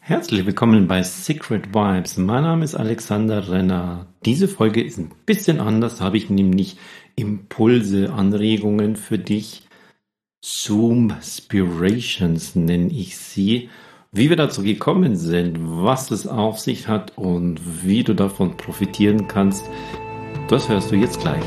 Herzlich willkommen bei Secret Vibes. Mein Name ist Alexander Renner. Diese Folge ist ein bisschen anders, da habe ich nämlich Impulse, Anregungen für dich. Zoom-Spirations nenne ich sie. Wie wir dazu gekommen sind, was es auf sich hat und wie du davon profitieren kannst, das hörst du jetzt gleich.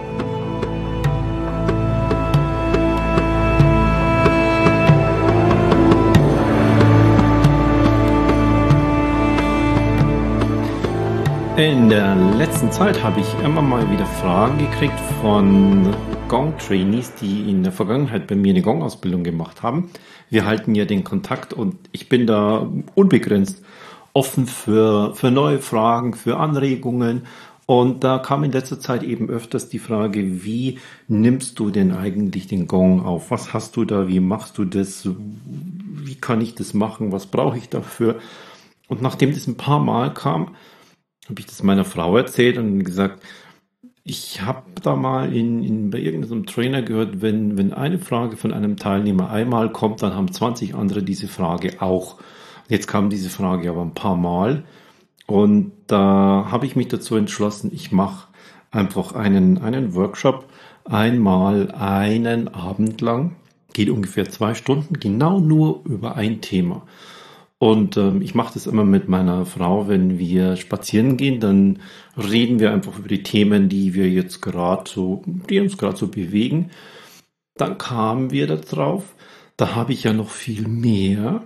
In der letzten Zeit habe ich immer mal wieder Fragen gekriegt von Gong-Trainees, die in der Vergangenheit bei mir eine Gong-Ausbildung gemacht haben. Wir halten ja den Kontakt und ich bin da unbegrenzt offen für neue Fragen, für Anregungen. Und da kam in letzter Zeit eben öfters die Frage, wie nimmst du denn eigentlich den Gong auf? Was hast du da? Wie machst du das? Wie kann ich das machen? Was brauche ich dafür? Und nachdem das ein paar Mal kam, habe ich das meiner Frau erzählt und gesagt, ich habe da mal bei irgendeinem Trainer gehört, wenn eine Frage von einem Teilnehmer einmal kommt, dann haben 20 andere diese Frage auch. Jetzt kam diese Frage aber ein paar Mal und da habe ich mich dazu entschlossen, ich mache einfach einen Workshop, einmal einen Abend lang, geht ungefähr 2 Stunden, genau nur über ein Thema. Und ich mache das immer mit meiner Frau, wenn wir spazieren gehen, dann reden wir einfach über die Themen, die uns gerade so bewegen. Dann kamen wir da drauf, da habe ich ja noch viel mehr.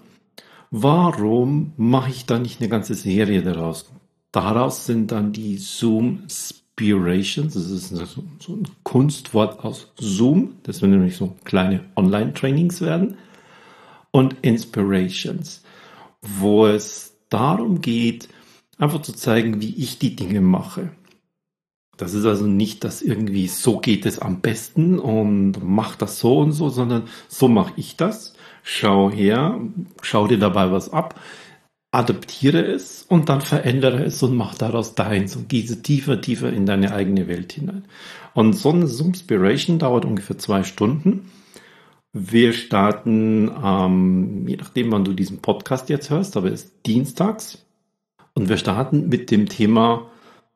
Warum mache ich da nicht eine ganze Serie daraus? Daraus sind dann die Zoom-Spirations, das ist so ein Kunstwort aus Zoom, das werden nämlich so kleine Online-Trainings werden, und Inspirations, wo es darum geht, einfach zu zeigen, wie ich die Dinge mache. Das ist also nicht, dass irgendwie so geht es am besten und mach das so und so, sondern so mache ich das. Schau her, schau dir dabei was ab, adaptiere es und dann verändere es und mach daraus deins und gehe tiefer in deine eigene Welt hinein. Und so eine Zoom-Spiration dauert ungefähr 2 Stunden. Wir starten, je nachdem, wann du diesen Podcast jetzt hörst, aber es ist dienstags. Und wir starten mit dem Thema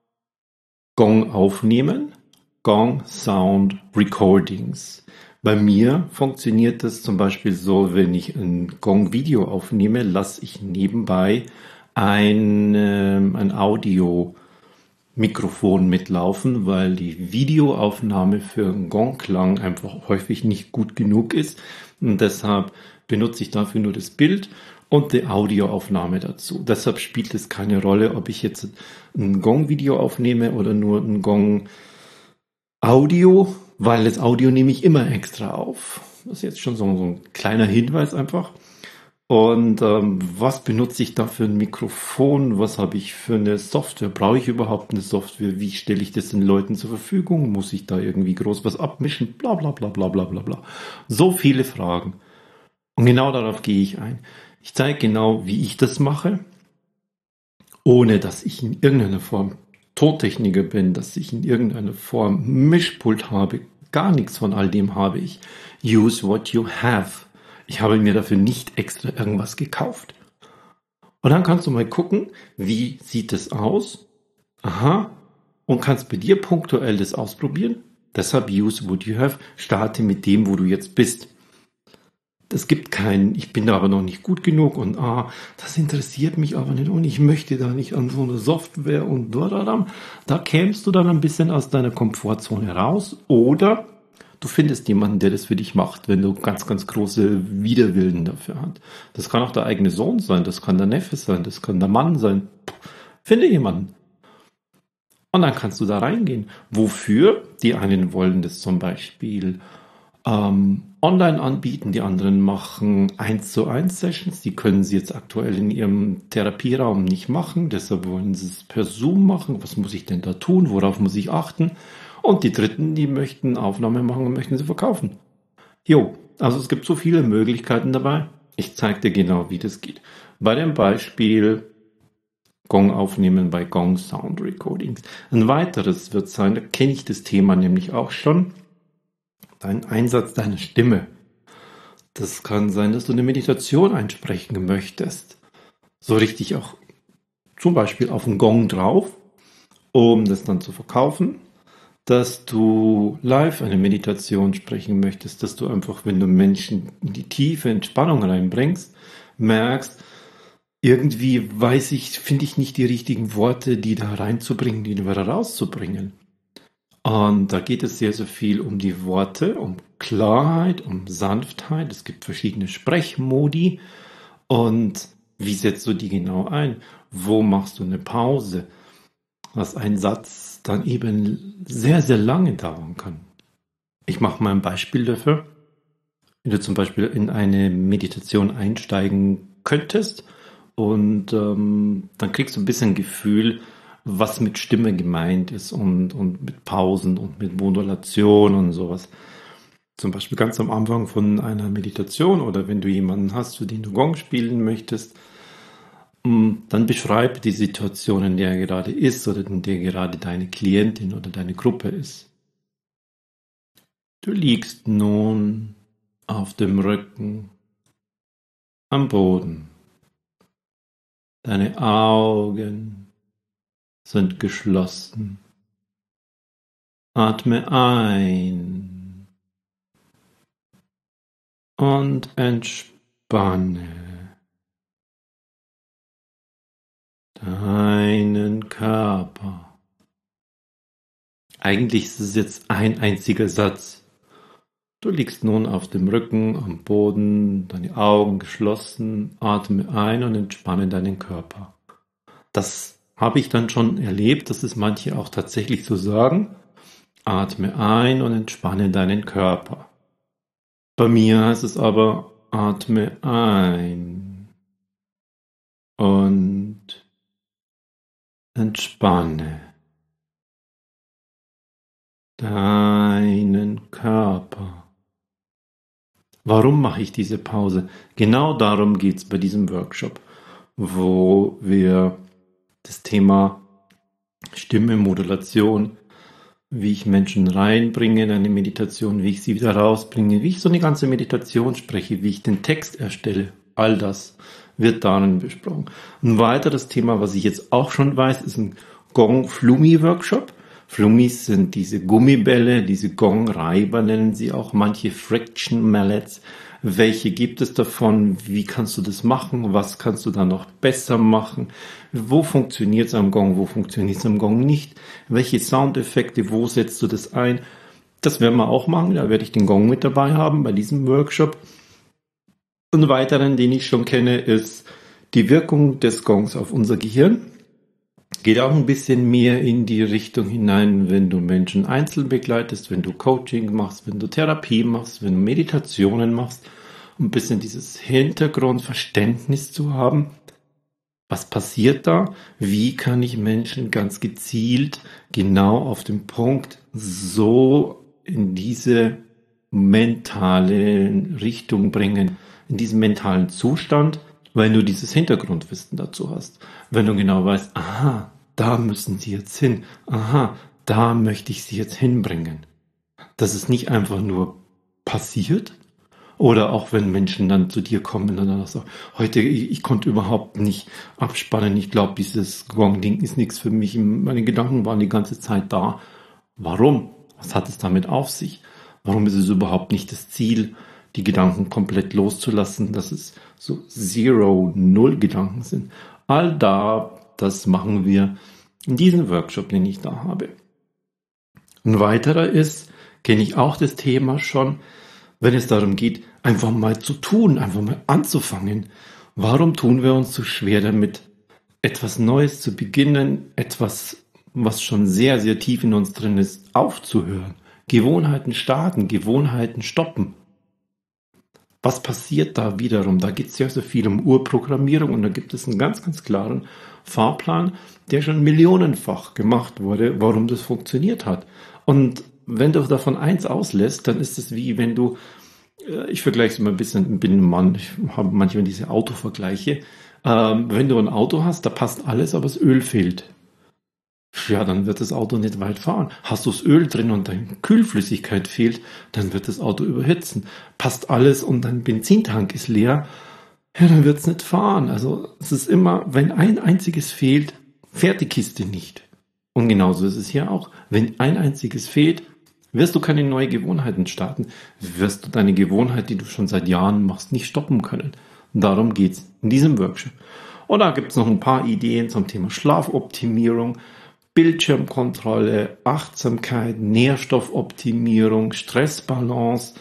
Gong aufnehmen, Gong Sound Recordings. Bei mir funktioniert das zum Beispiel so, wenn ich ein Gong-Video aufnehme, lasse ich nebenbei ein Audio-Mikrofon mitlaufen, weil die Videoaufnahme für einen Gongklang einfach häufig nicht gut genug ist. Und deshalb benutze ich dafür nur das Bild und die Audioaufnahme dazu. Deshalb spielt es keine Rolle, ob ich jetzt ein Gong-Video aufnehme oder nur ein Gong-Audio, weil das Audio nehme ich immer extra auf. Das ist jetzt schon so ein kleiner Hinweis einfach. Und was benutze ich da für ein Mikrofon? Was habe ich für eine Software? Brauche ich überhaupt eine Software? Wie stelle ich das den Leuten zur Verfügung? Muss ich da irgendwie groß was abmischen? Bla bla bla bla bla bla bla. So viele Fragen. Und genau darauf gehe ich ein. Ich zeige genau, wie ich das mache, ohne dass ich in irgendeiner Form Tontechniker bin, dass ich in irgendeiner Form Mischpult habe. Gar nichts von all dem habe ich. Use what you have. Ich habe mir dafür nicht extra irgendwas gekauft. Und dann kannst du mal gucken, wie sieht es aus? Aha. Und kannst bei dir punktuell das ausprobieren. Deshalb use what you have. Starte mit dem, wo du jetzt bist. Es gibt keinen, ich bin da aber noch nicht gut genug und das interessiert mich aber nicht und ich möchte da nicht an so eine Software und da kämst du dann ein bisschen aus deiner Komfortzone raus oder du findest jemanden, der das für dich macht, wenn du ganz, ganz große Widerwillen dafür hast. Das kann auch der eigene Sohn sein, das kann der Neffe sein, das kann der Mann sein. Finde jemanden. Und dann kannst du da reingehen. Wofür? Die einen wollen das zum Beispiel online anbieten, die anderen machen 1:1 Sessions, die können sie jetzt aktuell in ihrem Therapieraum nicht machen, deshalb wollen sie es per Zoom machen. Was muss ich denn da tun? Worauf muss ich achten? Und die Dritten, die möchten Aufnahme machen und möchten sie verkaufen. Jo, also es gibt so viele Möglichkeiten dabei. Ich zeige dir genau, wie das geht. Bei dem Beispiel Gong aufnehmen bei Gong Sound Recordings. Ein weiteres wird sein, da kenne ich das Thema nämlich auch schon, dein Einsatz deiner Stimme. Das kann sein, dass du eine Meditation einsprechen möchtest. so richtig auch zum Beispiel auf den Gong drauf, um das dann zu verkaufen, dass du live eine Meditation sprechen möchtest, dass du einfach, wenn du Menschen in die tiefe Entspannung reinbringst, merkst, irgendwie finde ich nicht die richtigen Worte, die da reinzubringen, die da rauszubringen. Und da geht es sehr, sehr viel um die Worte, um Klarheit, um Sanftheit. Es gibt verschiedene Sprechmodi. Und wie setzt du die genau ein? Wo machst du eine Pause? Was ein Satz dann eben sehr, sehr lange dauern kann. Ich mache mal ein Beispiel dafür. Wenn du zum Beispiel in eine Meditation einsteigen könntest und dann kriegst du ein bisschen Gefühl, was mit Stimme gemeint ist und mit Pausen und mit Modulation und sowas. Zum Beispiel ganz am Anfang von einer Meditation oder wenn du jemanden hast, für den du Gong spielen möchtest, dann beschreib die Situation, in der er gerade ist oder in der gerade deine Klientin oder deine Gruppe ist. Du liegst nun auf dem Rücken am Boden. Deine Augen sind geschlossen. Atme ein und entspanne deinen Körper. Eigentlich ist es jetzt ein einziger Satz. Du liegst nun auf dem Rücken am Boden, deine Augen geschlossen, atme ein und entspanne deinen Körper. Das habe ich dann schon erlebt, dass es manche auch tatsächlich so sagen. Atme ein und entspanne deinen Körper. Bei mir heißt es aber, atme ein und entspanne deinen Körper. Warum mache ich diese Pause? Genau darum geht es bei diesem Workshop, wo wir das Thema Stimme, Modulation, wie ich Menschen reinbringe in eine Meditation, wie ich sie wieder rausbringe, wie ich so eine ganze Meditation spreche, wie ich den Text erstelle. All das wird darin besprochen. Ein weiteres Thema, was ich jetzt auch schon weiß, ist ein Gong-Flumi-Workshop. Flummis sind diese Gummibälle, diese Gong-Reiber nennen sie auch, manche Friction Mallets. Welche gibt es davon? Wie kannst du das machen? Was kannst du da noch besser machen? Wo funktioniert es am Gong? Wo funktioniert es am Gong nicht? Welche Soundeffekte? Wo setzt du das ein? Das werden wir auch machen. Da werde ich den Gong mit dabei haben bei diesem Workshop. Einen weiteren, den ich schon kenne, ist die Wirkung des Gongs auf unser Gehirn. Geht auch ein bisschen mehr in die Richtung hinein, wenn du Menschen einzeln begleitest, wenn du Coaching machst, wenn du Therapie machst, wenn du Meditationen machst, um ein bisschen dieses Hintergrundverständnis zu haben. Was passiert da? Wie kann ich Menschen ganz gezielt genau auf den Punkt so in diese mentale Richtung bringen, in diesen mentalen Zustand, wenn du dieses Hintergrundwissen dazu hast. Wenn du genau weißt, aha, da müssen sie jetzt hin. Aha, da möchte ich sie jetzt hinbringen. Dass es nicht einfach nur passiert. Oder auch wenn Menschen dann zu dir kommen und dann sagen, heute, ich konnte überhaupt nicht abspannen. Ich glaube, dieses Gong-Ding ist nichts für mich. Meine Gedanken waren die ganze Zeit da. Warum? Was hat es damit auf sich? Warum ist es überhaupt nicht das Ziel, die Gedanken komplett loszulassen, dass es so Zero-Null-Gedanken sind? All das machen wir in diesem Workshop, den ich da habe. Ein weiterer ist, kenne ich auch das Thema schon, wenn es darum geht, einfach mal zu tun, einfach mal anzufangen. Warum tun wir uns so schwer damit, etwas Neues zu beginnen, etwas, was schon sehr, sehr tief in uns drin ist, aufzuhören? Gewohnheiten starten, Gewohnheiten stoppen. Was passiert da wiederum? Da geht es ja so viel um Urprogrammierung und da gibt es einen ganz, ganz klaren Fahrplan, der schon millionenfach gemacht wurde, warum das funktioniert hat. Und wenn du davon eins auslässt, dann ist es wie wenn du, ich vergleiche es immer ein bisschen, bin ein Mann, ich habe manchmal diese Autovergleiche, wenn du ein Auto hast, da passt alles, aber das Öl fehlt. Ja, dann wird das Auto nicht weit fahren. Hast du das Öl drin und deine Kühlflüssigkeit fehlt, dann wird das Auto überhitzen. Passt alles und dein Benzintank ist leer, ja, dann wird's nicht fahren. Also es ist immer, wenn ein einziges fehlt, fährt die Kiste nicht. Und genauso ist es hier auch. Wenn ein einziges fehlt, wirst du keine neuen Gewohnheiten starten. Wirst du deine Gewohnheit, die du schon seit Jahren machst, nicht stoppen können. Und darum geht's in diesem Workshop. Und da gibt's noch ein paar Ideen zum Thema Schlafoptimierung, Bildschirmkontrolle, Achtsamkeit, Nährstoffoptimierung, Stressbalance.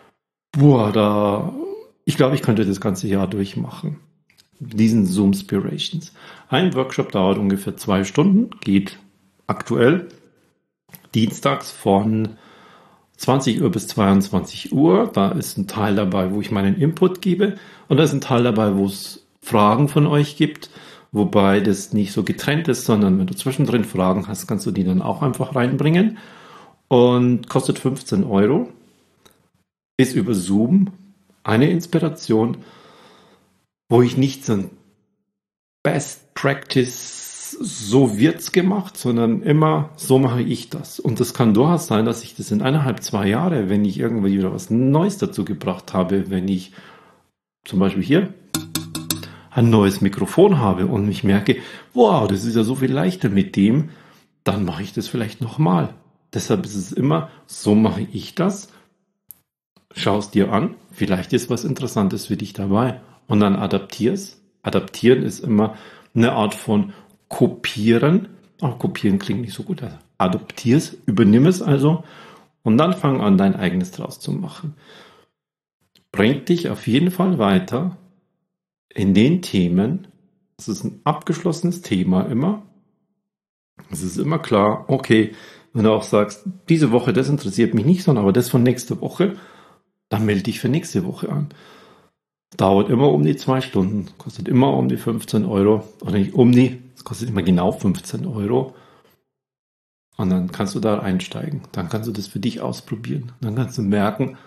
Ich glaube, ich könnte das ganze Jahr durchmachen. Diesen Zoomspirations. Ein Workshop dauert ungefähr 2 Stunden, geht aktuell dienstags von 20 Uhr bis 22 Uhr. Da ist ein Teil dabei, wo ich meinen Input gebe. Und da ist ein Teil dabei, wo es Fragen von euch gibt. Wobei das nicht so getrennt ist, sondern wenn du zwischendrin Fragen hast, kannst du die dann auch einfach reinbringen. Und kostet 15 Euro. Ist über Zoom eine Inspiration, wo ich nicht so ein Best Practice, so wird's gemacht, sondern immer, so mache ich das. Und das kann durchaus sein, dass ich das in 1,5-2 Jahre, wenn ich irgendwie wieder was Neues dazu gebracht habe, wenn ich zum Beispiel hier ein neues Mikrofon habe und ich merke, wow, das ist ja so viel leichter mit dem, dann mache ich das vielleicht nochmal. Deshalb ist es immer, so mache ich das. Schau es dir an, vielleicht ist was Interessantes für dich dabei und dann adaptier's. Adaptieren ist immer eine Art von Kopieren. Auch kopieren klingt nicht so gut. Also adoptier's, übernimm es also und dann fang an, dein eigenes draus zu machen. Bringt dich auf jeden Fall weiter in den Themen. Es ist ein abgeschlossenes Thema immer. Es ist immer klar, okay, wenn du auch sagst, diese Woche, das interessiert mich nicht, sondern aber das von nächster Woche, dann melde dich für nächste Woche an. Dauert immer um die 2 Stunden, kostet immer um die 15 Euro. Oder nicht es kostet immer genau 15 Euro. Und dann kannst du da einsteigen. Dann kannst du das für dich ausprobieren. Dann kannst du merken,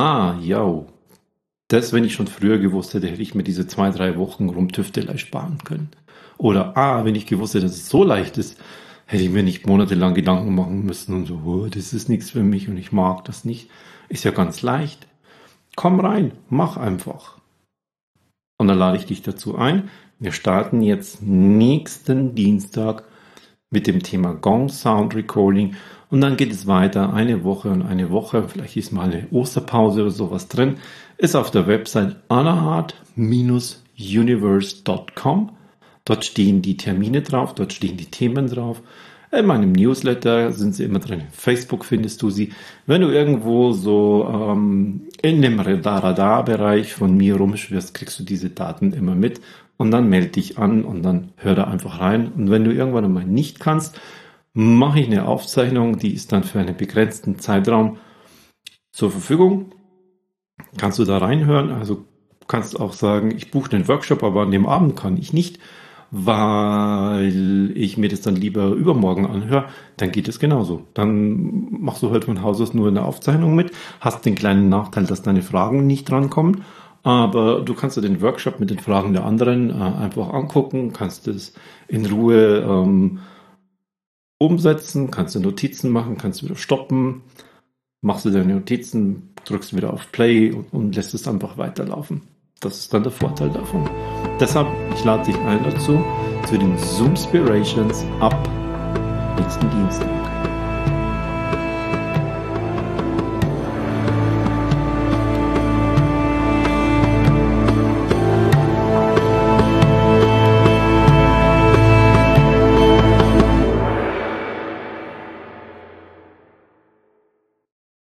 das, wenn ich schon früher gewusst hätte, hätte ich mir diese 2-3 Wochen Rumtüftelei sparen können. Oder, wenn ich gewusst hätte, dass es so leicht ist, hätte ich mir nicht monatelang Gedanken machen müssen und so, das ist nichts für mich und ich mag das nicht. Ist ja ganz leicht. Komm rein, mach einfach. Und dann lade ich dich dazu ein. Wir starten jetzt nächsten Dienstag mit dem Thema Gong Sound Recording und dann geht es weiter, eine Woche, vielleicht ist mal eine Osterpause oder sowas drin, ist auf der Website anahart-universe.com. Dort stehen die Termine drauf, dort stehen die Themen drauf. In meinem Newsletter sind sie immer drin. Facebook findest du sie. Wenn du irgendwo so in dem Radar-Bereich von mir rumschwirrst, kriegst du diese Daten immer mit. Und dann melde dich an und dann hör da einfach rein. Und wenn du irgendwann einmal nicht kannst, mache ich eine Aufzeichnung. Die ist dann für einen begrenzten Zeitraum zur Verfügung. Kannst du da reinhören. Also kannst auch sagen, ich buche den Workshop, aber an dem Abend kann ich nicht, weil ich mir das dann lieber übermorgen anhöre, dann geht es genauso. Dann machst du halt von Haus aus nur eine Aufzeichnung mit, hast den kleinen Nachteil, dass deine Fragen nicht drankommen, aber du kannst dir den Workshop mit den Fragen der anderen einfach angucken, kannst es in Ruhe umsetzen, kannst du Notizen machen, kannst wieder stoppen, machst du deine Notizen, drückst wieder auf Play und lässt es einfach weiterlaufen. Das ist dann der Vorteil davon. Deshalb, ich lade dich ein dazu, zu den Zoomspirations ab nächsten Dienstag.